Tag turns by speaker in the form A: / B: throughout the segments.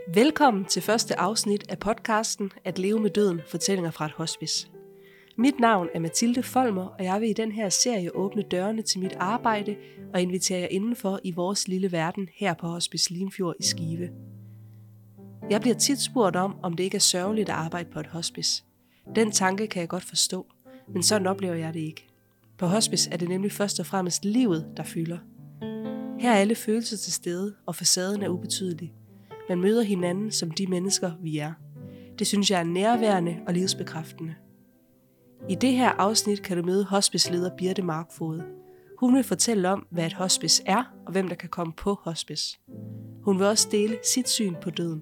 A: Velkommen til første afsnit af podcasten At leve med døden, fortællinger fra et hospice. Mit navn er Mathilde Folmer, og jeg vil i den her serie åbne dørene til mit arbejde og invitere jer indenfor i vores lille verden her på Hospice Limfjord i Skive. Jeg bliver tit spurgt om det ikke er sørgeligt at arbejde på et hospice. Den tanke kan jeg godt forstå, men sådan oplever jeg det ikke. På hospice er det nemlig først og fremmest livet, der fylder. Her er alle følelser til stede, og facaden er ubetydelig. Man møder hinanden som de mennesker, vi er. Det synes jeg er nærværende og livsbekræftende. I det her afsnit kan du møde hospiceleder Birte Markfod. Hun vil fortælle om, hvad et hospice er, og hvem der kan komme på hospice. Hun vil også dele sit syn på døden.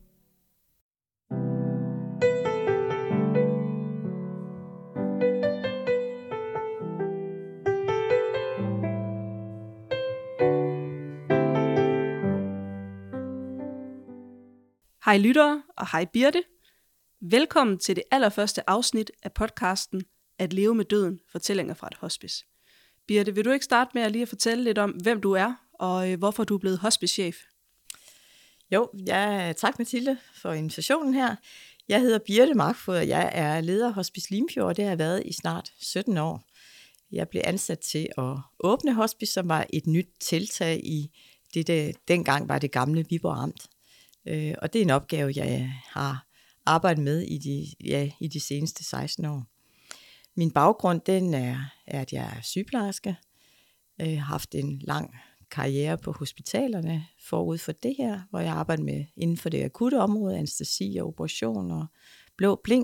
A: Hej lyttere, og hej Birte. Velkommen til det allerførste afsnit af podcasten At leve med døden, fortællinger fra et hospice. Birte, vil du ikke starte med at lige fortælle lidt om, hvem du er, og hvorfor du er blevet hospicechef?
B: Jo, tak Mathilde for invitationen her. Jeg hedder Birte Markfod, og jeg er leder af Hospice Limfjord, og det har jeg været i snart 17 år. Jeg blev ansat til at åbne hospice, som var et nyt tiltag i det, dengang var det gamle Viborg Amt. Og det er en opgave, jeg har arbejdet med i de seneste 16 år. Min baggrund den er, at jeg er sygeplejerske. Jeg har haft en lang karriere på hospitalerne forud for det her, hvor jeg arbejder med inden for det akutte område, anæstesi og operation og blå blink.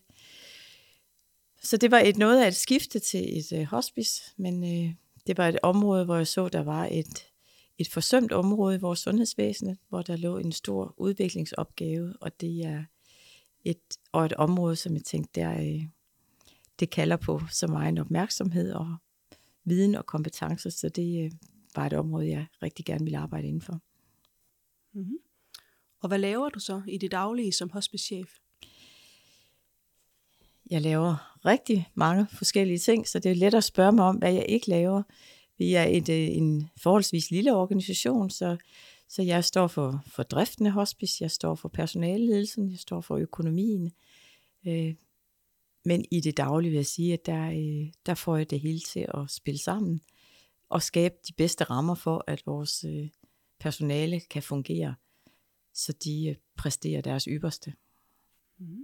B: Så det var noget af et skifte til et hospice, men det var et område, hvor jeg så, der var et forsømt område i vores sundhedsvæsen, hvor der lå en stor udviklingsopgave, og det er et område, som jeg tænkte, det kalder på så meget opmærksomhed og viden og kompetencer, så det var et område, jeg rigtig gerne ville arbejde indenfor.
A: Mm-hmm. Og hvad laver du så i det daglige som hospicechef?
B: Jeg laver rigtig mange forskellige ting, så det er let at spørge mig om, hvad jeg ikke laver. Vi er en forholdsvis lille organisation, så jeg står for driften af hospice, jeg står for personaleledelsen, jeg står for økonomien. Men i det daglige vil jeg sige, at der får jeg det hele til at spille sammen og skabe de bedste rammer for, at vores personale kan fungere, så de præsterer deres ypperste.
A: Mm.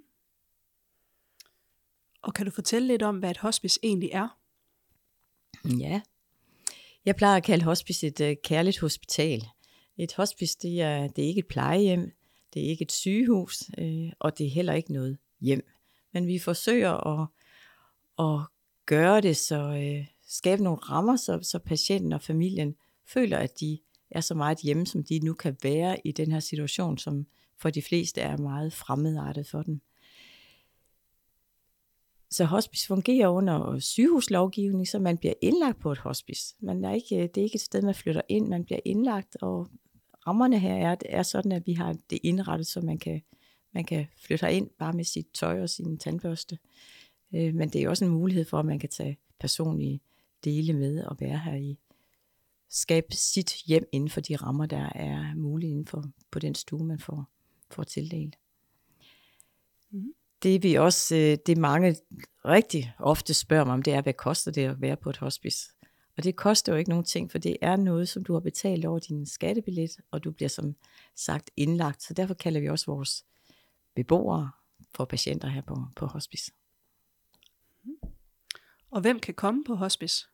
A: Og kan du fortælle lidt om, hvad et hospice egentlig er?
B: Ja. Jeg plejer at kalde hospice et kærligt hospital. Et hospice, det er ikke et plejehjem, det er ikke et sygehus, og det er heller ikke noget hjem. Men vi forsøger at gøre det, skabe nogle rammer, så patienten og familien føler, at de er så meget hjemme, som de nu kan være i den her situation, som for de fleste er meget fremmedartet for dem. Så hospice fungerer under sygehuslovgivning, så man bliver indlagt på et hospice. Det er ikke et sted, man flytter ind, man bliver indlagt, og rammerne her er sådan, at vi har det indrettet, så man kan flytte ind bare med sit tøj og sin tandbørste. Men det er også en mulighed for, at man kan tage personlige dele med og være her skabe sit hjem inden for de rammer, der er mulige inden for på den stue, man får tildelt. Mm. Det mange rigtig ofte spørger mig om, det er, hvad koster det at være på et hospice? Og det koster jo ikke nogen ting, for det er noget, som du har betalt over din skattebillet, og du bliver som sagt indlagt. Så derfor kalder vi også vores beboere for patienter her på hospice.
A: Og hvem kan komme på hospice?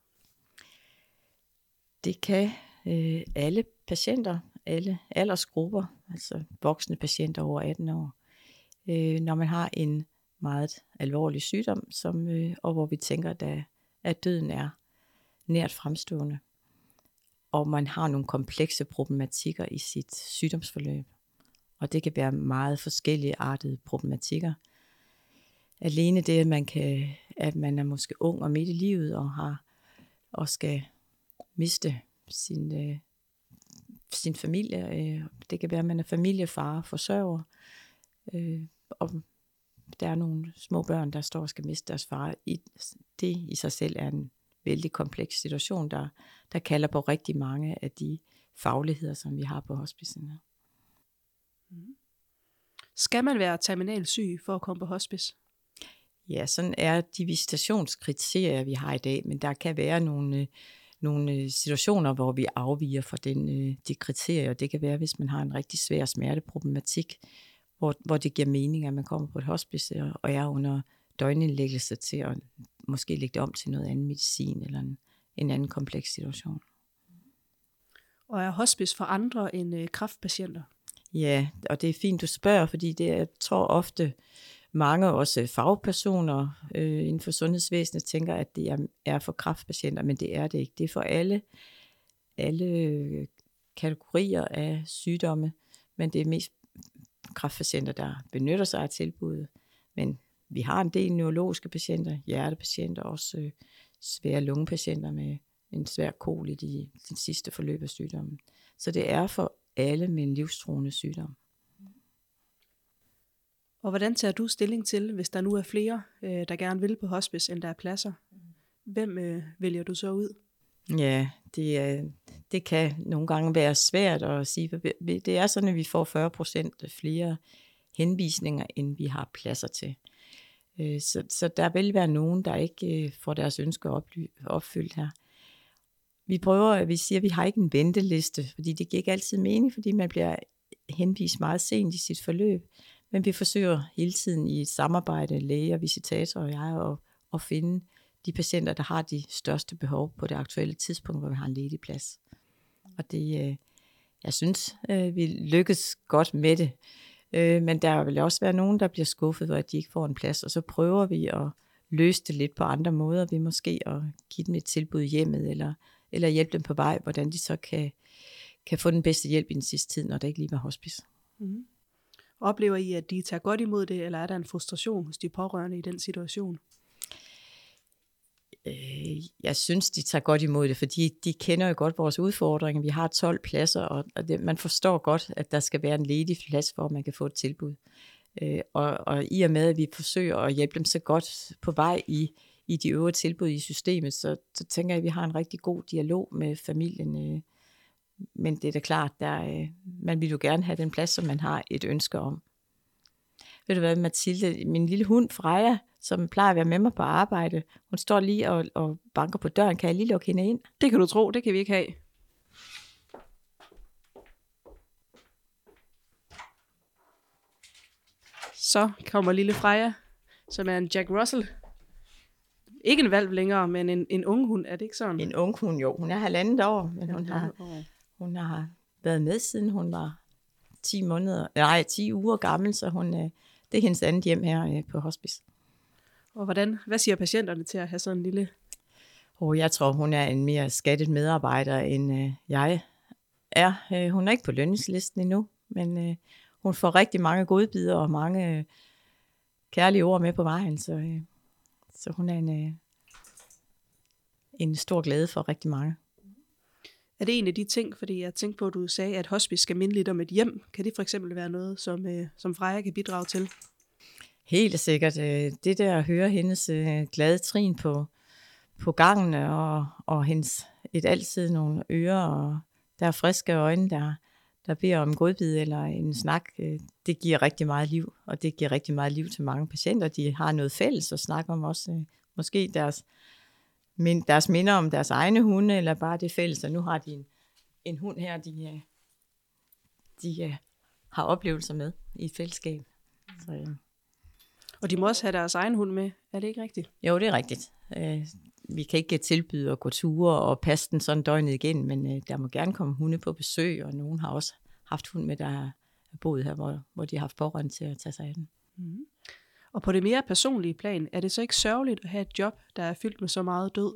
B: Det kan alle patienter, alle aldersgrupper, altså voksne patienter over 18 år. Når man har en meget alvorlig sygdom, og hvor vi tænker, at døden er nært fremstående, og man har nogle komplekse problematikker i sit sygdomsforløb. Og det kan være meget forskellige artede problematikker. Alene det, at man er måske ung og midt i livet, og skal miste sin familie. Det kan være, at man er familiefar, forsørger, og der er nogle små børn, der står og skal miste deres far. Det i sig selv er en vældig kompleks situation, der kalder på rigtig mange af de fagligheder, som vi har på hospicerne.
A: Skal man være terminalt syg for at komme på hospice?
B: Ja, sådan er de visitationskriterier, vi har i dag, men der kan være nogle situationer, hvor vi afviger fra de kriterier. Det kan være, hvis man har en rigtig svær smerteproblematik, hvor det giver mening, at man kommer på et hospice og er under døgnindlæggelse til at måske lægge det om til noget andet medicin eller en anden kompleks situation.
A: Og er hospice for andre end kræftpatienter?
B: Ja, og det er fint, du spørger, fordi jeg tror ofte mange også fagpersoner inden for sundhedsvæsenet tænker, at det er for kræftpatienter, men det er det ikke. Det er for alle kategorier af sygdomme, men det er mest kræftpatienter, der benytter sig af tilbuddet. Men vi har en del neurologiske patienter, hjertepatienter, også svære lungepatienter med en svær kol i de sidste forløb af sygdommen. Så det er for alle med en livstruende sygdom.
A: Og hvordan tager du stilling til, hvis der nu er flere, der gerne vil på hospice, end der er pladser? Hvem vælger du så ud?
B: Ja, det kan nogle gange være svært at sige. Det er sådan, at vi får 40% flere henvisninger, end vi har pladser til. Så der vil være nogen, der ikke får deres ønsker opfyldt her. Vi siger, at vi har ikke en venteliste, fordi det giver ikke altid mening, fordi man bliver henvist meget sent i sit forløb. Men vi forsøger hele tiden i et samarbejde, læger, visitator og jeg, at finde de patienter, der har de største behov på det aktuelle tidspunkt, hvor vi har en ledig plads. Og jeg synes, vi lykkes godt med det. Men der vil også være nogen, der bliver skuffet, hvor de ikke får en plads, og så prøver vi at løse det lidt på andre måder, ved måske at give dem et tilbud i hjemmet, eller hjælpe dem på vej, hvordan de så kan få den bedste hjælp i den sidste tid, når der ikke lige var hospice.
A: Mm. Oplever I, at de tager godt imod det, eller er der en frustration hos de pårørende i den situation?
B: Jeg synes, de tager godt imod det, fordi de kender jo godt vores udfordringer. Vi har 12 pladser, og man forstår godt, at der skal være en ledig plads, hvor man kan få et tilbud. Og i og med, at vi forsøger at hjælpe dem så godt på vej i de øvrige tilbud i systemet, så tænker jeg, at vi har en rigtig god dialog med familien. Men det er da klart, man vil jo gerne have den plads, som man har et ønske om. Ved du hvad, Mathilde, min lille hund Freja, som plejer at være med mig på arbejde, hun står lige og banker på døren. Kan jeg lige lukke hende ind?
A: Det kan du tro, det kan vi ikke have. Så kommer lille Freja, som er en Jack Russell. Ikke en hvalp længere, men en ung hund, er det ikke sådan?
B: En ung hund, jo. Hun er 1,5 år, men hun har været med, siden hun var 10 uger gammel, så det er hendes andet hjem her på hospice.
A: Og hvad siger patienterne til at have sådan en lille?
B: Jeg tror, hun er en mere skattet medarbejder, end jeg er. Hun er ikke på lønningslisten endnu, men hun får rigtig mange godbidder og mange kærlige ord med på vejen, så hun er en stor glæde for rigtig mange.
A: Er det en af de ting, fordi jeg tænkte på, at du sagde, at hospice skal minde lidt om et hjem. Kan det for eksempel være noget, som Freja kan bidrage til?
B: Helt sikkert. Det der at høre hendes glade trin på gangen, og hendes altid nogle ører, og der er friske øjne, der beder om en godbid eller en snak, det giver rigtig meget liv, og det giver rigtig meget liv til mange patienter. De har noget fælles at snakke om også. Måske deres minder om deres egne hunde, eller bare det fælles, og nu har de en hund her, de har oplevelser med i et fællesskab. Så, ja.
A: Og de må også have deres egen hund med, er det ikke rigtigt?
B: Jo, det er rigtigt. Vi kan ikke tilbyde at gå ture og passe den sådan døgnet igen, men der må gerne komme hunde på besøg, og nogen har også haft hund med, der har boet her, hvor de har haft pårørende til at tage sig af den.
A: Mm. Og på det mere personlige plan, er det så ikke sørgeligt at have et job, der er fyldt med så meget død?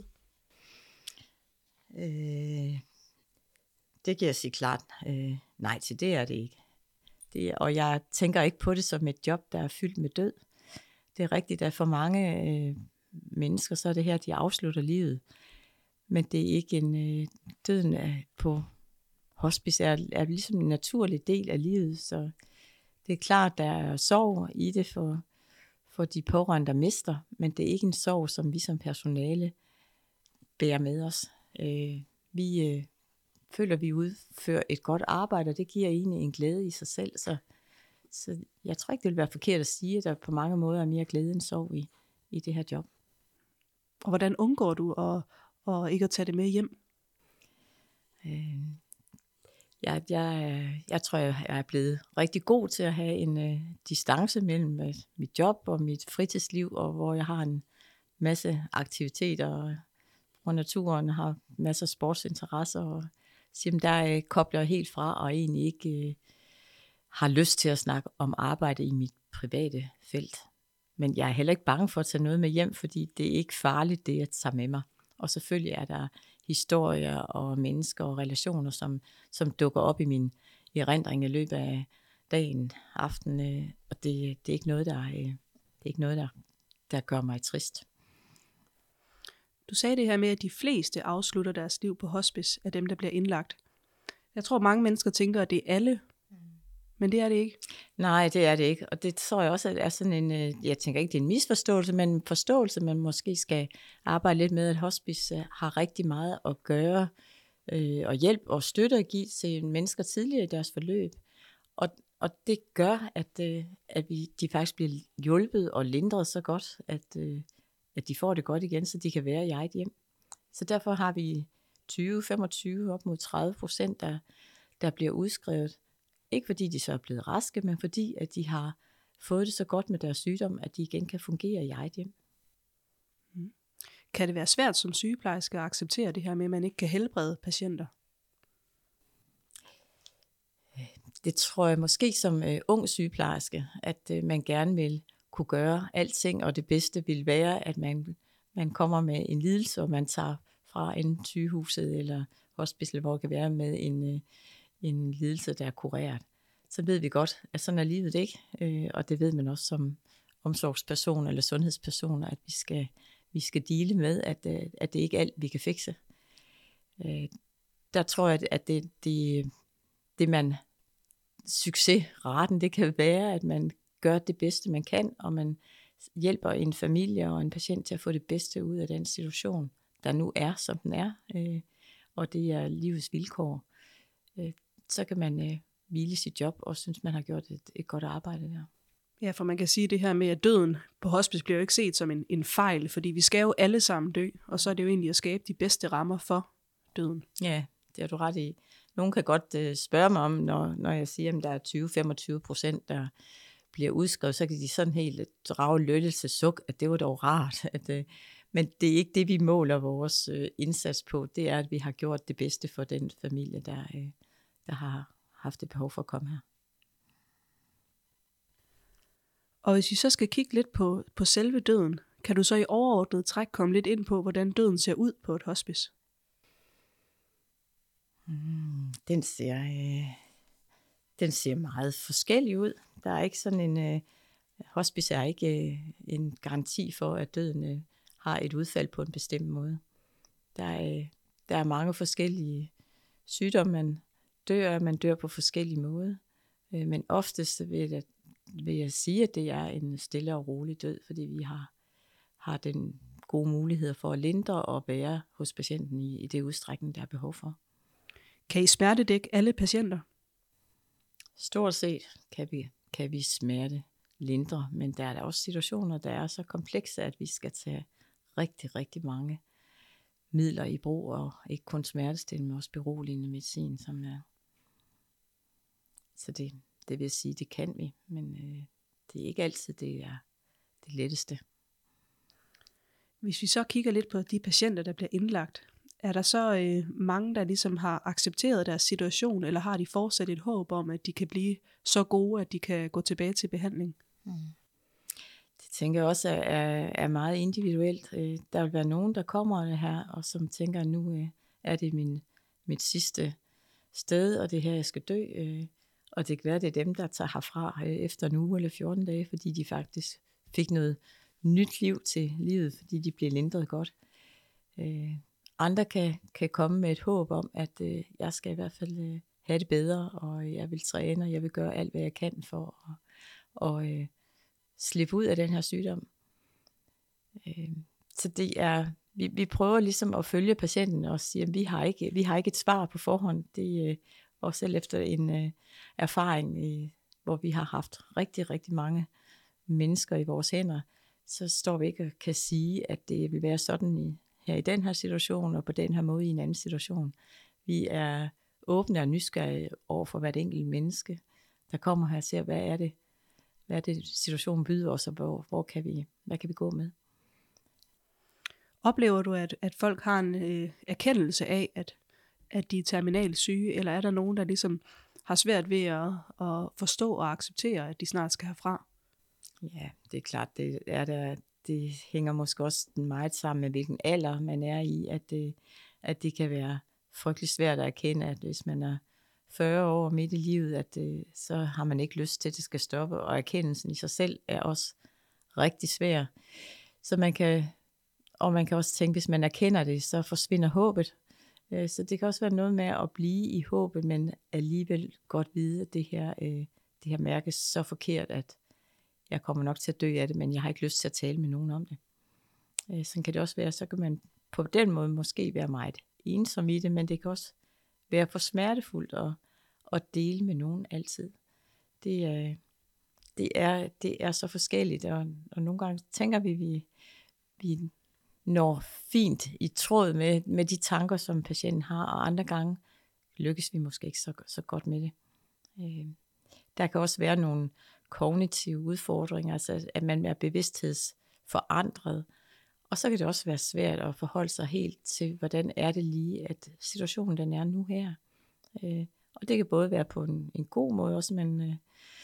B: Det kan jeg sige klart nej til, det er det ikke. Og jeg tænker ikke på det som et job, der er fyldt med død. Det er rigtigt, at for mange mennesker, så er det her, de afslutter livet. Men det er ikke døden på hospice er ligesom en naturlig del af livet. Så det er klart, der er sorg i det for de pårørende, der mister. Men det er ikke en sorg, som vi som personale bærer med os. Vi føler, vi udfører et godt arbejde, og det giver egentlig en glæde i sig selv. Så Så jeg tror ikke, det vil være forkert at sige, at der på mange måder er mere glæde end sorg i det her job.
A: Og hvordan undgår du at ikke at tage det med hjem?
B: Jeg tror, jeg er blevet rigtig god til at have en distance mellem mit job og mit fritidsliv, og hvor jeg har en masse aktiviteter og naturen har masser af sportsinteresser, og der kobler jeg helt fra og egentlig ikke har lyst til at snakke om arbejde i mit private felt. Men jeg er heller ikke bange for at tage noget med hjem, fordi det er ikke farligt, det jeg tager med mig. Og selvfølgelig er der historier og mennesker og relationer, som dukker op i min erindring i løbet af dagen, aftenen, og det er ikke noget, der gør mig trist.
A: Du sagde det her med, at de fleste afslutter deres liv på hospice af dem, der bliver indlagt. Jeg tror, mange mennesker tænker, at det er alle, men det er det ikke.
B: Nej, det er det ikke, og det tror jeg også er sådan en, jeg tænker ikke, det er en misforståelse, men en forståelse, man måske skal arbejde lidt med, at hospice har rigtig meget at gøre, og hjælp og støtte at give til mennesker tidligere i deres forløb. Og det gør, at de faktisk bliver hjulpet og lindret så godt, at de får det godt igen, så de kan være i eget hjem. Så derfor har vi 20, 25, op mod 30%, der bliver udskrevet. Ikke fordi de så er blevet raske, men fordi at de har fået det så godt med deres sygdom, at de igen kan fungere i eget hjem.
A: Kan det være svært som sygeplejerske at acceptere det her med, at man ikke kan helbrede patienter?
B: Det tror jeg måske som ung sygeplejerske, at man gerne vil kunne gøre alting, og det bedste vil være, at man kommer med en lidelse, og man tager fra en sygehuset eller hospice, hvor det kan være med en lidelse, der er kureret. Så ved vi godt, at sådan er livet ikke, og det ved man også som omsorgsperson eller sundhedspersoner, at vi skal deale med, at det ikke er alt, vi kan fikse. Der tror jeg, at det man succesraten, det kan være, at man gør det bedste, man kan, og man hjælper en familie og en patient til at få det bedste ud af den situation, der nu er, som den er, og det er livets vilkår. Så kan man hvile sit job, og synes, man har gjort et godt arbejde der.
A: Ja, for man kan sige det her med, at døden på hospice bliver jo ikke set som en fejl, fordi vi skal jo alle sammen dø, og så er det jo egentlig at skabe de bedste rammer for døden.
B: Ja, det har du ret i. Nogen kan godt spørge mig om, når jeg siger, at der er 20-25%, der bliver udskrevet, så kan de sådan helt drage lettelsessuk, at det var dog rart. Men det er ikke det, vi måler vores indsats på. Det er, at vi har gjort det bedste for den familie, der har haft et behov for at komme her.
A: Og hvis vi så skal kigge lidt på selve døden, kan du så i overordnet træk komme lidt ind på, hvordan døden ser ud på et hospice?
B: Den ser meget forskellig ud. Der er ikke sådan en hospice er ikke en garanti for, at døden har et udfald på en bestemt måde. Der er mange forskellige sygdomme, man dør på forskellige måder. Men oftest vil jeg sige, at det er en stille og rolig død, fordi vi har den gode mulighed for at lindre og være hos patienten i det udstrækning, der er behov for.
A: Kan I smertedække alle patienter?
B: Stort set kan vi smerte lindre, men der er der også situationer, der er så komplekse, at vi skal tage rigtig, rigtig mange midler i brug, og ikke kun smertestillende, men også beroligende medicin, som er. Så det vil jeg sige, det kan vi, men det er ikke altid det er det letteste.
A: Hvis vi så kigger lidt på de patienter, der bliver indlagt, er der så mange, der ligesom har accepteret deres situation, eller har de fortsat et håb om, at de kan blive så gode, at de kan gå tilbage til behandling?
B: Det tænker jeg også er meget individuelt. Der vil være nogen, der kommer her, og som tænker, at nu er det mit sidste sted, og det er her, jeg skal dø. Og det kan være, det er dem, der tager herfra efter en uge eller 14 dage, fordi de faktisk fik noget nyt liv til livet, fordi de blev lindret godt. Andre kan komme med et håb om, at jeg skal i hvert fald have det bedre, og jeg vil træne, og jeg vil gøre alt, hvad jeg kan for at slippe ud af den her sygdom. Så det er, vi prøver ligesom at følge patienten og sige, at vi har ikke et svar på forhånd. Det og selv efter en erfaring hvor vi har haft rigtig, rigtig mange mennesker i vores hænder, så står vi ikke og kan sige, at det vil være sådan her i den her situation, og på den her måde i en anden situation. Vi er åbne og nysgerrige over for hvert enkelt menneske, der kommer her og ser, hvad er det situationen byder os, og hvad kan vi gå med?
A: Oplever du, at folk har en erkendelse af, at de er terminalt syge, eller er der nogen, der ligesom har svært ved at forstå og acceptere, at de snart skal herfra?
B: Ja, det er klart, det hænger måske også meget sammen med, hvilken alder man er i, at det kan være frygtelig svært at erkende, at hvis man er 40 år midt i livet, så har man ikke lyst til, at det skal stoppe, og erkendelsen i sig selv er også rigtig svær. Så man kan også tænke, hvis man erkender det, så forsvinder håbet. Så det kan også være noget med at blive i håbet, men alligevel godt vide, at det her mærkes så forkert, at jeg kommer nok til at dø af det, men jeg har ikke lyst til at tale med nogen om det. Sådan kan det også være, så kan man på den måde måske være meget ensom i det, men det kan også være for smertefuldt at dele med nogen altid. Det er så forskelligt, og nogle gange tænker vi når fint i tråd med de tanker, som patienten har, og andre gange lykkes vi måske ikke så godt med det. Der kan også være nogle kognitive udfordringer, altså at man er bevidsthedsforandret, og så kan det også være svært at forholde sig helt til, hvordan er det lige, at situationen den er nu her. Og det kan både være på en god måde, også men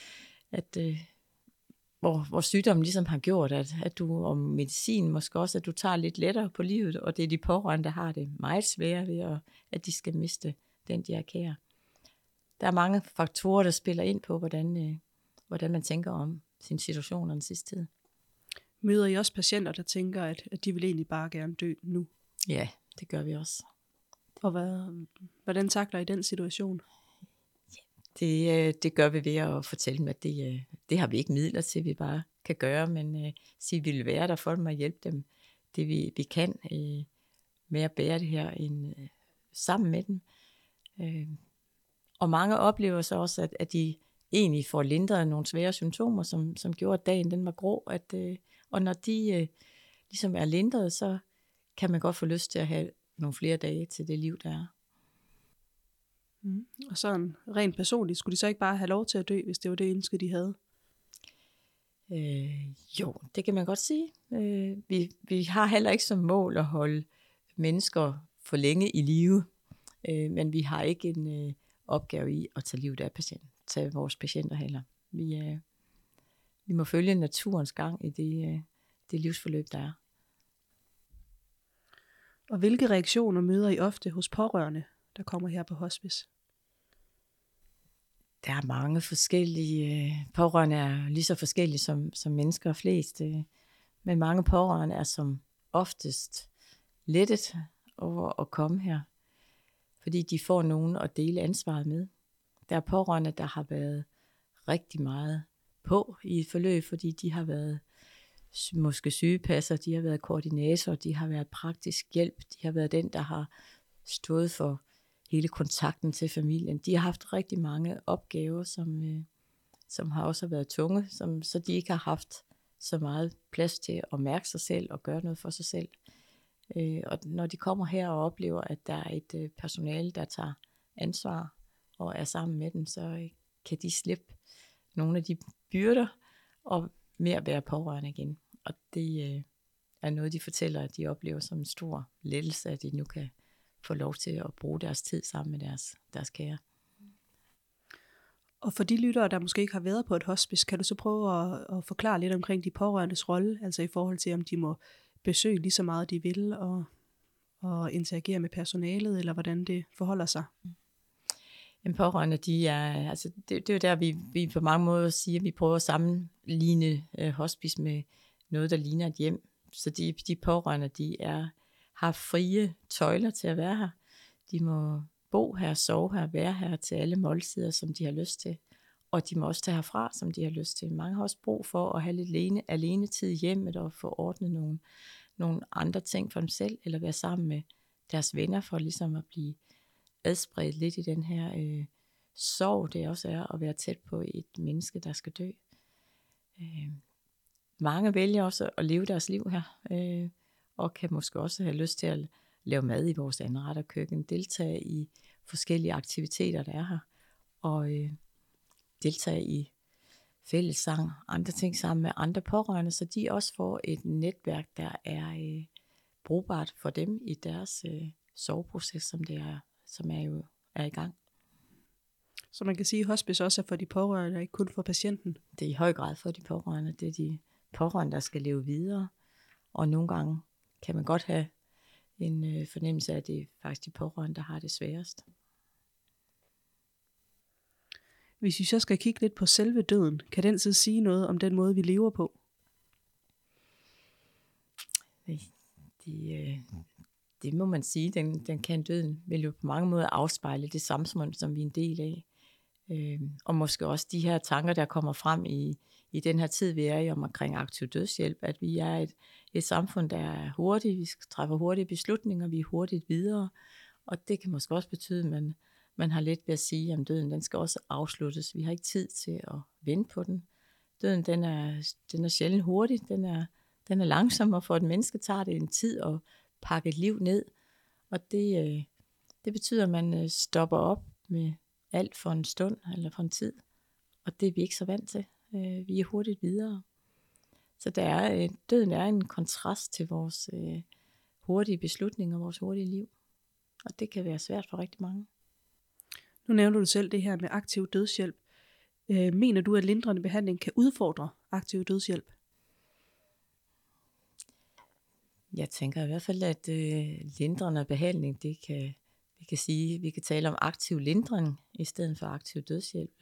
B: hvor sygdommen ligesom har gjort, at du og medicin måske også, at du tager lidt lettere på livet, og det er de pårørende, der har det meget sværere ved, at de skal miste den, de er kære. Der er mange faktorer, der spiller ind på, hvordan man tænker om sin situation og den sidste tid.
A: Møder I også patienter, der tænker, at de vil egentlig bare gerne dø nu?
B: Ja, det gør vi også.
A: Og hvordan takler I den situation?
B: Det gør vi ved at fortælle dem, at det har vi ikke midler til, vi bare kan gøre, men sige, at vi vil være der for dem og hjælpe dem, det vi kan med at bære det her sammen med dem. Og mange oplever så også, at de egentlig får lindret nogle svære symptomer, som gjorde, at dagen den var grå. Og når de ligesom er lindret, så kan man godt få lyst til at have nogle flere dage til det liv, der er.
A: Og sådan rent personligt, skulle de så ikke bare have lov til at dø, hvis det var det ønske, de havde?
B: Jo, det kan man godt sige. Vi har heller ikke som mål at holde mennesker for længe i live, men vi har ikke en opgave i at tage livet af tage vores patienter heller. Vi må følge naturens gang i det livsforløb, der er.
A: Og hvilke reaktioner møder I ofte hos pårørende, der kommer her på hospice?
B: Der er mange forskellige. Pårørende er lige så forskellige som mennesker flest. Men mange pårørende er som oftest lettet over at komme her, fordi de får nogen at dele ansvaret med. Der er pårørende, der har været rigtig meget på i et forløb, fordi de har været måske sygepasser, de har været koordinator, de har været praktisk hjælp, de har været den, der har stået for hele kontakten til familien. De har haft rigtig mange opgaver, som har også været tunge, så de ikke har haft så meget plads til at mærke sig selv og gøre noget for sig selv. Og når de kommer her og oplever, at der er et personale, der tager ansvar og er sammen med dem, så kan de slippe nogle af de byrder og mere være pårørende igen. Og det er noget, de fortæller, at de oplever som en stor lettelse, at de nu kan få lov til at bruge deres tid sammen med deres kære.
A: Og for de lyttere, der måske ikke har været på et hospice, kan du så prøve at forklare lidt omkring de pårørendes rolle, altså i forhold til, om de må besøge lige så meget, de vil, og interagere med personalet, eller hvordan det forholder sig?
B: En pårørende, det er jo der, vi på mange måder siger, at vi prøver at sammenligne hospice med noget, der ligner et hjem. Så de pårørende, har frie tøjler til at være her. De må bo her, sove her, være her til alle måltider, som de har lyst til. Og de må også tage herfra, som de har lyst til. Mange har også brug for at have lidt alene tid i hjemmet og få ordnet nogle andre ting for dem selv, eller være sammen med deres venner for ligesom at blive adspredt lidt i den her sorg det også er at være tæt på et menneske, der skal dø. Mange vælger også at leve deres liv her, og kan måske også have lyst til at lave mad i vores anretterkøkken, deltage i forskellige aktiviteter, der er her, og deltage i fællessang, andre ting sammen med andre pårørende, så de også får et netværk, der er brugbart for dem i deres sorgproces, som er i gang.
A: Så man kan sige, at hospice også er for de pårørende, ikke kun for patienten?
B: Det er i høj grad for de pårørende. Det er de pårørende, der skal leve videre, og nogle gange kan man godt have en fornemmelse af, at det er faktisk de pårørende, der har det sværest.
A: Hvis vi så skal kigge lidt på selve døden, kan den så sige noget om den måde, vi lever på?
B: Det må man sige, den kan døden vil jo på mange måder afspejle det samfund, som vi er en del af. Og måske også de her tanker, der kommer frem i den her tid, vi er i omkring aktiv dødshjælp, at vi er et samfund, der er hurtigt, vi træffer hurtige beslutninger, vi er hurtigt videre, og det kan måske også betyde, at man har let ved at sige, at døden den skal også afsluttes. Vi har ikke tid til at vente på den. Døden den er sjældent hurtig, den er langsom, og for et menneske tager det en tid at pakke et liv ned, og det betyder, at man stopper op med alt for en stund eller for en tid, og det er vi ikke så vant til. Vi er hurtigt videre. Så døden er en kontrast til vores hurtige beslutninger, vores hurtige liv, og det kan være svært for rigtig mange.
A: Nu nævner du selv det her med aktiv dødshjælp. Mener du, at lindrende behandling kan udfordre aktiv dødshjælp?
B: Jeg tænker i hvert fald, at lindrende behandling, vi kan tale om aktiv lindring i stedet for aktiv dødshjælp.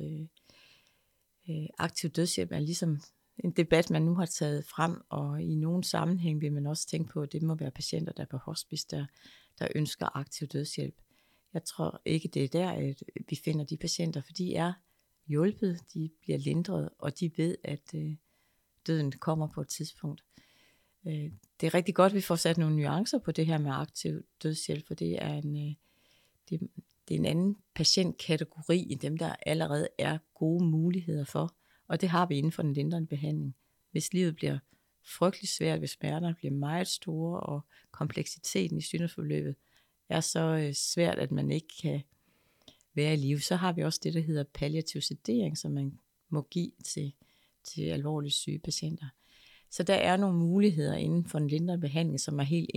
B: Aktiv dødshjælp er ligesom en debat, man nu har taget frem, og i nogle sammenhæng vil man også tænke på, at det må være patienter, der er på hospice, der ønsker aktiv dødshjælp. Jeg tror ikke, det er der, at vi finder de patienter, for de er hjulpet, de bliver lindret, og de ved, at døden kommer på et tidspunkt. Det er rigtig godt, at vi får sat nogle nuancer på det her med aktiv dødshjælp, for det er en anden patientkategori end dem, der allerede er gode muligheder for. Og det har vi inden for den lindrende behandling. Hvis livet bliver frygtelig svært, hvis smerterne bliver meget store, og kompleksiteten i sygdomsforløbet er så svært, at man ikke kan være i live, så har vi også det, der hedder palliativ sedering, som man må give til alvorligt syge patienter. Så der er nogle muligheder inden for en lindrende behandling, som er helt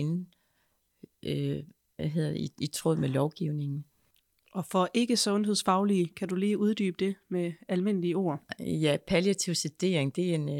B: i tråd med lovgivningen. Og
A: for ikke sundhedsfaglige, kan du lige uddybe det med almindelige ord?
B: Ja, palliativ sedering,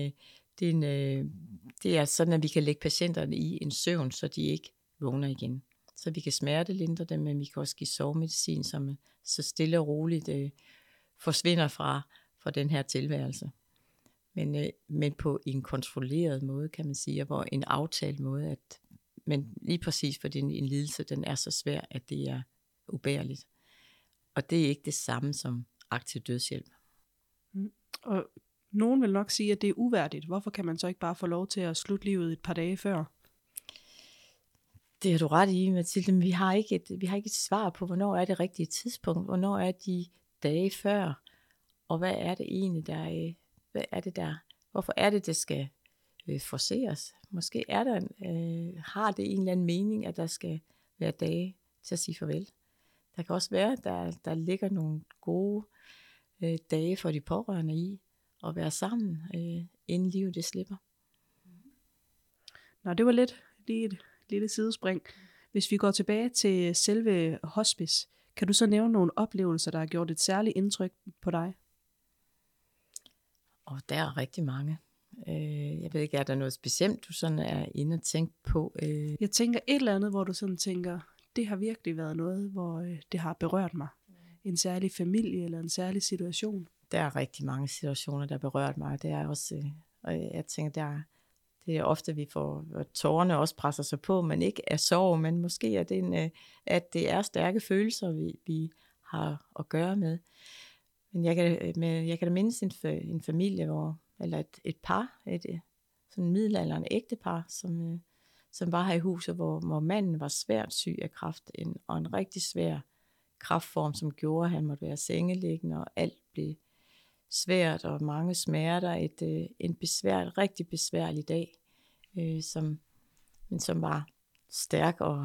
B: det er sådan, at vi kan lægge patienterne i en søvn, så de ikke vågner igen. Så vi kan smertelindre dem, men vi kan også give sovemedicin, som så stille og roligt forsvinder fra den her tilværelse. Men på en kontrolleret måde, kan man sige, og hvor en aftalt måde, men lige præcis fordi en lidelse, den er så svær, at det er ubærligt. Og det er ikke det samme som aktiv dødshjælp.
A: Og nogen vil nok sige, at det er uværdigt. Hvorfor kan man så ikke bare få lov til at slutte livet et par dage før?
B: Det har du ret i, Mathilde, men vi har ikke et svar på, hvornår er det rigtige tidspunkt, hvornår er de dage før, og hvad er det egentlig, hvorfor er det skal forceres? Måske har det en eller anden mening, at der skal være dage til at sige farvel. Der kan også være, at der ligger nogle gode dage for de pårørende i at være sammen, inden livet det slipper.
A: Nå, det var lige et lille sidespring. Hvis vi går tilbage til selve hospice, kan du så nævne nogle oplevelser, der har gjort et særligt indtryk på dig?
B: Og der er rigtig mange. Jeg ved ikke, er der noget specielt, du sådan er inde og tænke på?
A: Jeg tænker et eller andet, hvor du sådan tænker, det har virkelig været noget, hvor det har berørt mig. En særlig familie eller en særlig situation.
B: Der er rigtig mange situationer, der har berørt mig. Det er også, og jeg tænker, det er ofte, vi får tårerne også presser sig på, men ikke af sorg, men måske er det at det er stærke følelser, vi har at gøre med. Men jeg kan da mindes en familie, eller et par, sådan en middelaldrende ægtepar, som var her i huset, hvor manden var svært syg af kræft, og en rigtig svær kræftform, som gjorde, at han måtte være sengeliggende, og alt blev svært, og mange smerter. En rigtig besværlig dag, men som var stærk, og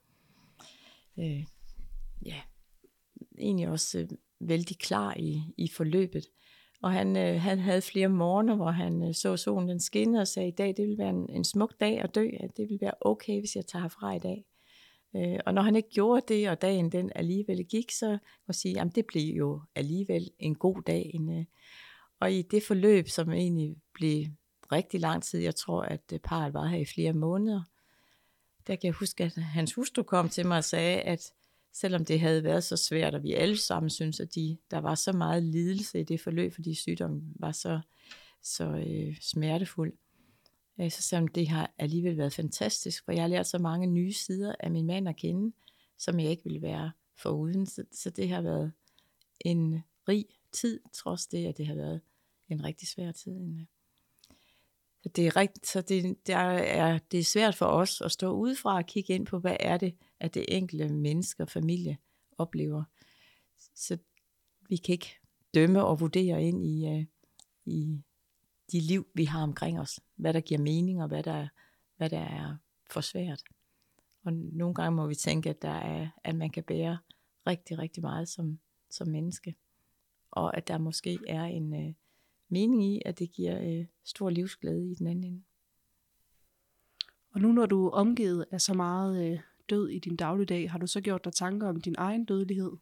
B: egentlig også vældig klar i forløbet. Og han havde flere morgener, hvor han så solen den skinnede og sagde, i dag det vil være en smuk dag at dø, at det vil være okay, hvis jeg tager herfra i dag. Og når han ikke gjorde det, og dagen den alligevel gik, så må jeg sige, jamen det blev jo alligevel en god dag. Og i det forløb, som egentlig blev rigtig lang tid, jeg tror, at parret var her i flere måneder, der kan jeg huske, at hans hustru kom til mig og sagde, at selvom det havde været så svært, og vi alle sammen synes, at der var så meget lidelse i det forløb, fordi sygdommen var så smertefuld, så sagde det har alligevel været fantastisk, for jeg har lært så mange nye sider af min mand at kende, som jeg ikke ville være foruden. Så det har været en rig tid, trods det, at det har været en rigtig svær tid. Det er svært for os at stå udefra og kigge ind på, hvad er det, at det enkelte menneske og familie oplever. Så vi kan ikke dømme og vurdere ind i de liv, vi har omkring os. Hvad der giver mening, og hvad der er for svært. Og nogle gange må vi tænke, at man kan bære rigtig, rigtig meget som menneske. Og at der måske er en mening i, at det giver stor livsglæde i den anden ende.
A: Og nu når du er omgivet af så meget død i din dagligdag, har du så gjort dig tanker om din egen dødelighed?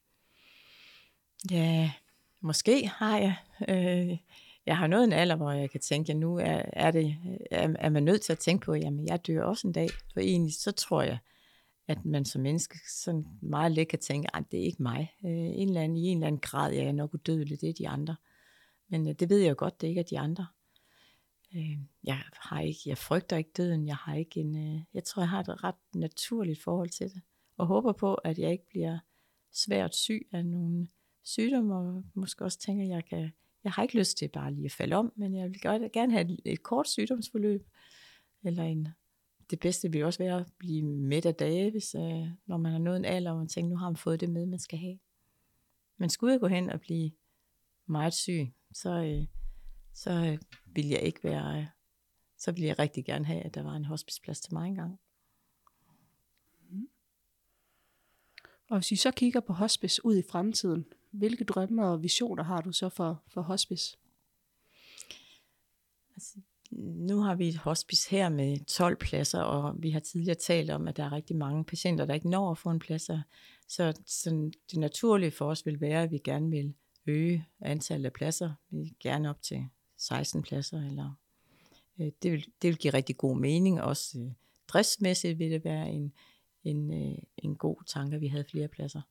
B: Ja, måske har jeg. Jeg har nået en alder, hvor jeg kan tænke, at nu er man nødt til at tænke på, at jeg dør også en dag. For egentlig så tror jeg, at man som menneske sådan meget let kan tænke, at det er ikke mig. I en eller anden grad er jeg nok udødelig, det er de andre. Men det ved jeg jo godt, det ikke er de andre. Jeg frygter ikke døden. Jeg tror, jeg har et ret naturligt forhold til det. Og håber på, at jeg ikke bliver svært syg af nogle sygdomme, og måske også tænker, jeg har ikke lyst til bare lige at falde om, men jeg vil gerne have et kort sygdomsforløb. Eller det bedste vil også være at blive mæt af dage, hvis, når man har nået en alder, og man tænker, nu har man fået det med, man skal have. Men skulle jeg gå hen og blive meget syg, så vil jeg ikke være, så vil jeg rigtig gerne have, at der var en hospiceplads til mig engang.
A: Og hvis vi så kigger på hospice ud i fremtiden, hvilke drømme og visioner har du så for hospice?
B: Altså, nu har vi et hospice her med 12 pladser, og vi har tidligere talt om, at der er rigtig mange patienter, der ikke når at få en plads. Så det naturlige for os vil være, at vi gerne vil øge antallet af pladser. Vi vil gerne op til 16 pladser. Eller, det vil give rigtig god mening. Også driftsmæssigt vil det være en god tanke, at vi havde flere pladser.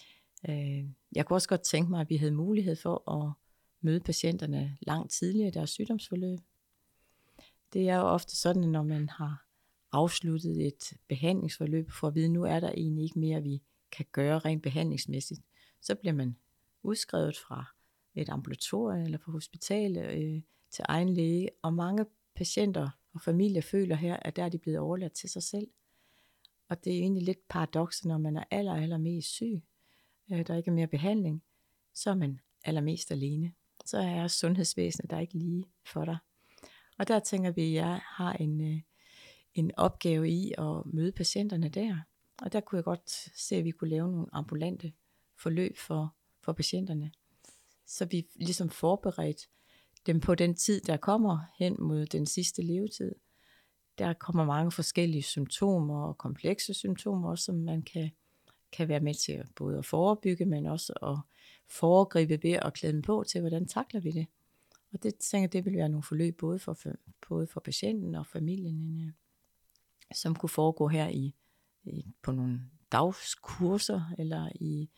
B: Jeg kunne også godt tænke mig, at vi havde mulighed for at møde patienterne langt tidligere i deres sygdomsforløb. Det er jo ofte sådan, at når man har afsluttet et behandlingsforløb, for at vide, nu er der egentlig ikke mere, vi kan gøre rent behandlingsmæssigt, så bliver man udskrevet fra et ambulatorium eller fra hospitalet til egen læge, og mange patienter og familier føler her, at der er de blevet overladt til sig selv. Og det er egentlig lidt paradokset, når man er allermest syg, der ikke er mere behandling, så er man allermest alene. Så er sundhedsvæsenet der ikke lige for dig. Og der tænker vi, at jeg har en opgave i at møde patienterne der. Og der kunne jeg godt se, at vi kunne lave nogle ambulante forløb for patienterne. Så vi ligesom forberedt dem på den tid, der kommer hen mod den sidste levetid. Der kommer mange forskellige symptomer og komplekse symptomer, som man kan være med til både at forebygge, men også at foregribe ved at klæde dem på til, hvordan takler vi det. Og det tænker jeg, det vil være nogle forløb både for patienten og familien, som kunne foregå her på nogle dagskurser, eller i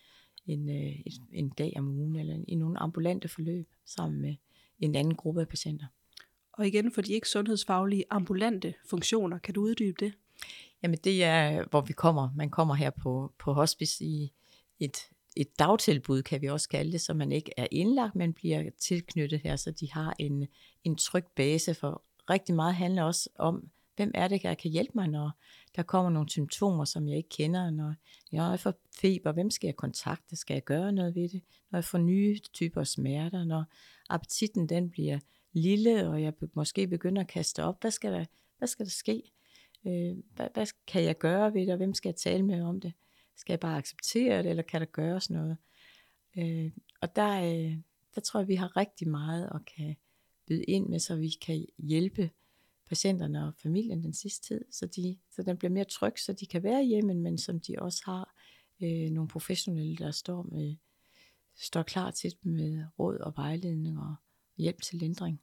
B: en dag om ugen, eller i nogle ambulante forløb sammen med en anden gruppe af patienter.
A: Og igen, for de ikke sundhedsfaglige ambulante funktioner, kan du uddybe det?
B: Jamen det er, hvor vi kommer. Man kommer her på hospice i et dagtilbud, kan vi også kalde det, så man ikke er indlagt, men bliver tilknyttet her, så de har en tryg base, for rigtig meget handler også om, hvem er det, der kan hjælpe mig, når der kommer nogle symptomer, som jeg ikke kender, når jeg får feber, hvem skal jeg kontakte, skal jeg gøre noget ved det, når jeg får nye typer smerter, når appetitten den bliver lille, og jeg måske begynder at kaste op, hvad skal der ske? Hvad kan jeg gøre ved det, og hvem skal jeg tale med om det? Skal jeg bare acceptere det, eller kan der gøres noget? Og der tror jeg, vi har rigtig meget at kan byde ind med, så vi kan hjælpe patienterne og familien den sidste tid, så den bliver mere tryg, så de kan være hjemme, men som de også har nogle professionelle, der står klar til dem med råd og vejledning og hjælp til lindring.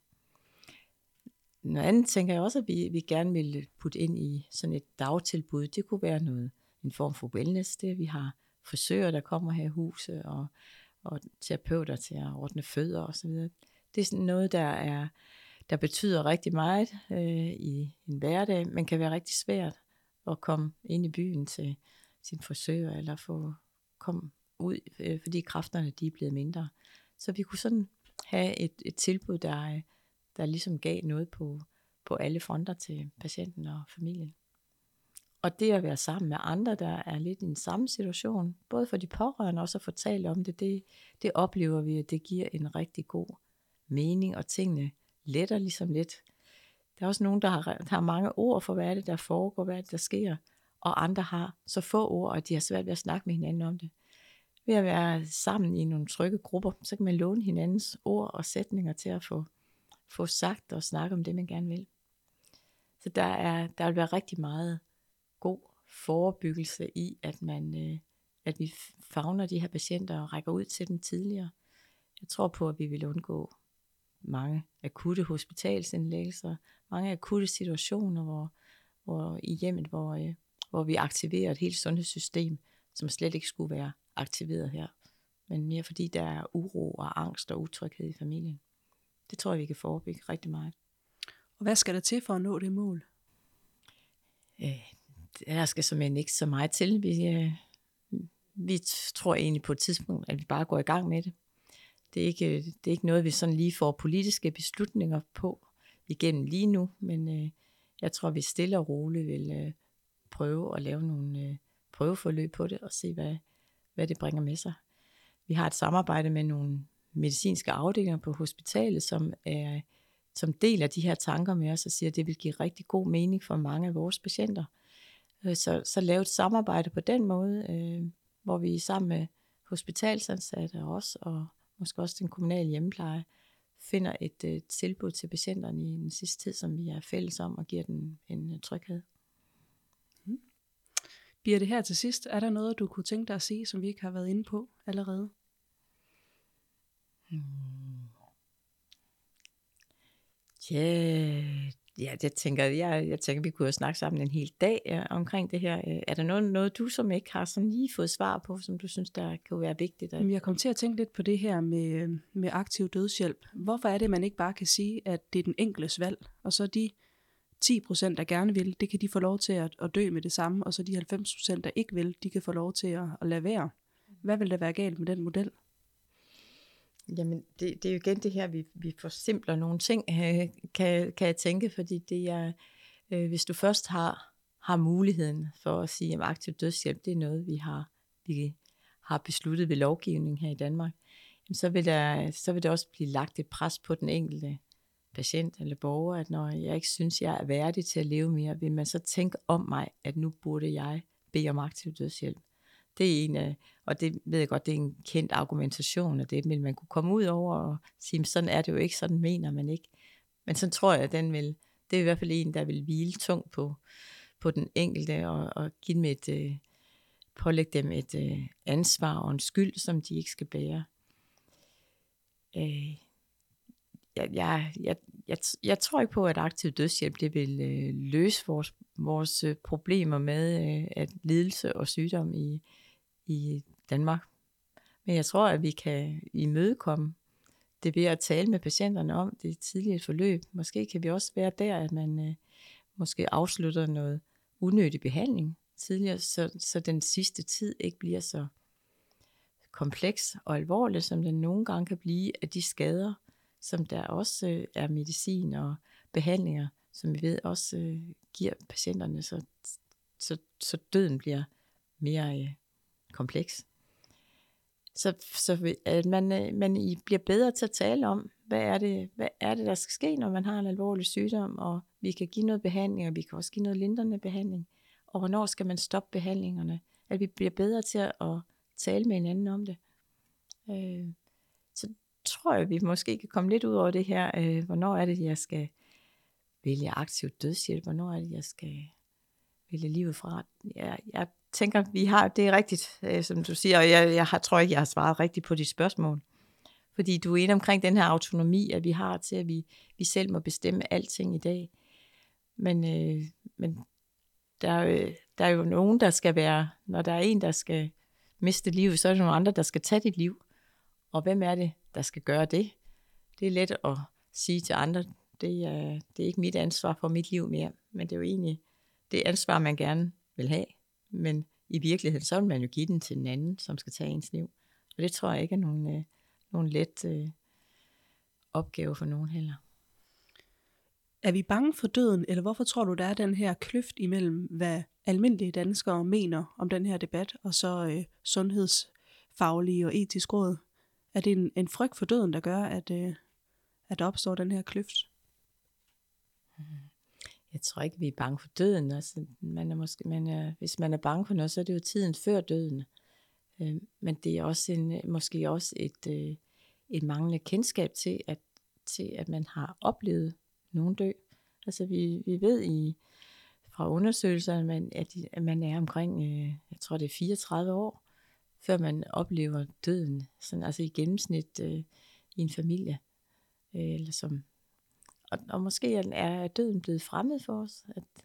B: Noget andet tænker jeg også, at vi gerne vil putte ind i sådan et dagtilbud. Det kunne være en form for wellness. Det vi har frisører, der kommer her i huset, og terapeuter til at ordne fødder og så videre. Det er sådan noget, der betyder rigtig meget i en hverdag, men kan være rigtig svært at komme ind i byen til sin frisør, eller komme ud, fordi kræfterne de er blevet mindre. Så vi kunne sådan have et tilbud, der ligesom gav noget på alle fronter til patienten og familien. Og det at være sammen med andre, der er lidt i den samme situation, både for de pårørende og også at fortælle om det oplever vi, at det giver en rigtig god mening, og tingene letter ligesom lidt. Der er også nogen, der har mange ord for, hvad er det, der foregår, hvad er det, der sker, og andre har så få ord, at de har svært ved at snakke med hinanden om det. Ved at være sammen i nogle trygge grupper, så kan man låne hinandens ord og sætninger til at få sagt og snakke om det, man gerne vil. Så der vil være rigtig meget god forebyggelse i, at vi favner de her patienter og rækker ud til dem tidligere. Jeg tror på, at vi vil undgå mange akutte hospitalsindlæggelser, mange akutte situationer, hvor i hjemmet, hvor vi aktiverer et helt sundhedssystem, som slet ikke skulle være aktiveret her, men mere fordi der er uro og angst og utryghed i familien. Det tror jeg, vi kan forebygge rigtig meget.
A: Og hvad skal der til for at nå det mål?
B: Der skal simpelthen ikke så meget til. Vi tror egentlig på et tidspunkt, at vi bare går i gang med det. Det er ikke noget, vi sådan lige får politiske beslutninger på igennem lige nu, men jeg tror, vi stille og roligt vil prøve at lave nogle prøveforløb på det og se, hvad det bringer med sig. Vi har et samarbejde med nogle medicinske afdelinger på hospitalet, som deler de her tanker med os og siger, at det vil give rigtig god mening for mange af vores patienter. Så lave et samarbejde på den måde, hvor vi sammen med hospitalsansatte også, og måske også den kommunale hjemmepleje, finder et tilbud til patienterne i den sidste tid, som vi er fælles om og giver den en tryghed.
A: Birte, her til sidst, er der noget, du kunne tænke dig at sige, som vi ikke har været inde på allerede?
B: Ja, jeg tænker, vi kunne jo snakke sammen en hel dag omkring det her. Er der noget du som ikke har sådan lige fået svar på, som du synes, der kan være vigtigt?
A: Jeg kom til at tænke lidt på det her med aktiv dødshjælp. Hvorfor er det, man ikke bare kan sige, at det er den enkeltes valg, og så de 10%, der gerne vil, det kan de få lov til at dø med det samme, og så de 90%, der ikke vil, de kan få lov til at lade være. Hvad vil der være galt med den model?
B: Jamen, det er jo igen det her, vi forsimpler nogle ting, kan jeg tænke, fordi det er, hvis du først har muligheden for at sige, at aktiv dødshjælp, det er noget, vi har besluttet ved lovgivning her i Danmark, så vil der også blive lagt et pres på den enkelte patient eller borger, at når jeg ikke synes, jeg er værdig til at leve mere, vil man så tænke om mig, at nu burde jeg bede om aktiv dødshjælp. Det er en af, og det ved jeg godt, det er en kendt argumentation af det, men man kunne komme ud over og sige, sådan er det jo ikke, sådan mener man ikke. Men sådan tror jeg, at det er i hvert fald en, der vil hvile tungt på den enkelte, og give dem pålægge dem et ansvar og en skyld, som de ikke skal bære. Jeg tror ikke på, at aktiv dødshjælp det vil løse vores problemer med at lidelse og sygdom i Danmark. Men jeg tror, at vi kan imødekomme det ved at tale med patienterne om det tidlige forløb. Måske kan vi også være der, at man måske afslutter noget unødig behandling tidligere, så den sidste tid ikke bliver så kompleks og alvorlig, som den nogle gange kan blive af de skader, som der også er medicin og behandlinger, som vi ved også giver patienterne, så døden bliver mere kompleks. Så at man bliver bedre til at tale om, hvad er det, der skal ske, når man har en alvorlig sygdom, og vi kan give noget behandling, og vi kan også give noget lindrende behandling, og hvornår skal man stoppe behandlingerne, at vi bliver bedre til at tale med hinanden om det. Så tror jeg, vi måske kan komme lidt ud over det her, hvornår er det, jeg skal vælge aktiv dødshjælp, hvornår er det, jeg skal vælge livet fra. Jeg tænker, det er rigtigt, som du siger, og jeg tror ikke, jeg har svaret rigtigt på dit spørgsmål. Fordi du er inde omkring den her autonomi, at vi har til, at vi selv må bestemme alting i dag. Men der er jo nogen, der skal være, når der er en, der skal miste livet, så er der nogle andre, der skal tage dit liv. Og hvem er det, der skal gøre det? Det er let at sige til andre, det er ikke mit ansvar for mit liv mere, men det er jo egentlig det ansvar, man gerne vil have. Men i virkeligheden, så vil man jo give den til den anden, som skal tage ens liv. Og det tror jeg ikke er nogen let opgave for nogen heller.
A: Er vi bange for døden, eller hvorfor tror du, der er den her kløft imellem, hvad almindelige danskere mener om den her debat, og så sundhedsfaglige og etisk råd? Er det en frygt for døden, der gør, at der opstår den her kløft?
B: Jeg tror ikke, vi er bange for døden. Altså, hvis man er bange for noget, så er det jo tiden før døden. Men det er også måske også et manglende kendskab til, at man har oplevet nogen dø. Altså vi ved fra undersøgelser, at man er omkring, jeg tror det er 34 år, før man oplever døden. Sådan, altså i gennemsnit i en familie. Og måske er døden blevet fremmed for os.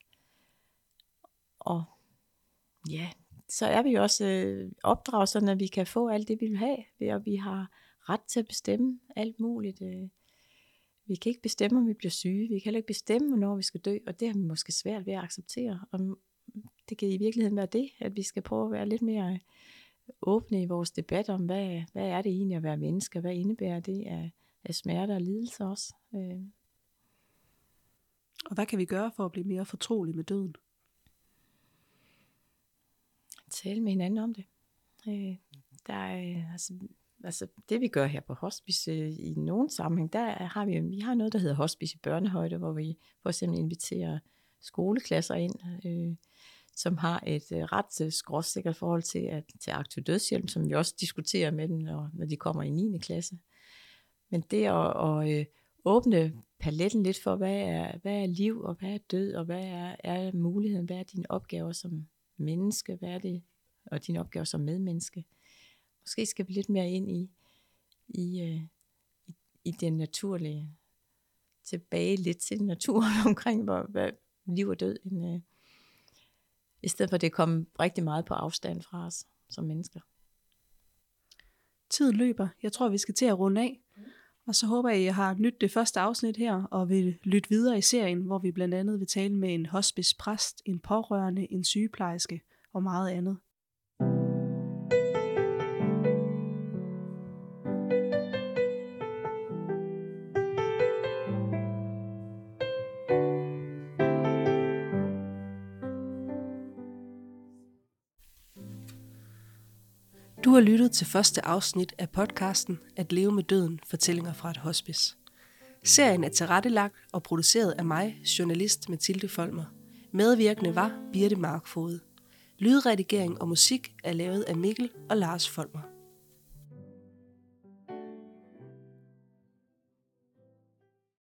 B: Og ja, så er vi jo også opdraget sådan, at vi kan få alt det, vi vil have. Og vi har ret til at bestemme alt muligt. Vi kan ikke bestemme, om vi bliver syge. Vi kan heller ikke bestemme, hvornår vi skal dø. Og det har vi måske svært ved at acceptere. Og det kan i virkeligheden være det, at vi skal prøve at være lidt mere åbne i vores debat om, hvad er det egentlig at være menneske? Hvad indebærer det af smerter og lidelser også?
A: Og hvad kan vi gøre for at blive mere fortrolige med døden?
B: Tale med hinanden om det. Der er altså det vi gør her på hospice i nogen sammenhæng, der har vi har noget, der hedder hospice i børnehøjde, hvor vi for eksempel inviterer skoleklasser ind, som har et ret skråsikkert forhold til aktiv dødshjælp, som vi også diskuterer med dem, når de kommer i 9. klasse. Men det at åbne paletten lidt for, hvad er liv, og hvad er død, og hvad er muligheden, hvad er dine opgaver som menneske, hvad er det, og dine opgaver som medmenneske. Måske skal vi lidt mere ind i den naturlige, tilbage lidt til naturen omkring, hvad liv og død, i stedet for at det kommer rigtig meget på afstand fra os som mennesker.
A: Tiden løber. Jeg tror, vi skal til at runde af. Og så håber jeg, I har nydt det første afsnit her, og vil lytte videre i serien, hvor vi blandt andet vil tale med en hospicepræst, en pårørende, en sygeplejerske og meget andet. Du har lyttet til første afsnit af podcasten At leve med døden, fortællinger fra et hospice. Serien er tilrettelagt og produceret af mig, journalist Mathilde Folmer. Medvirkende var Birte Markfod. Lydredigering og musik er lavet af Mikkel og Lars Folmer.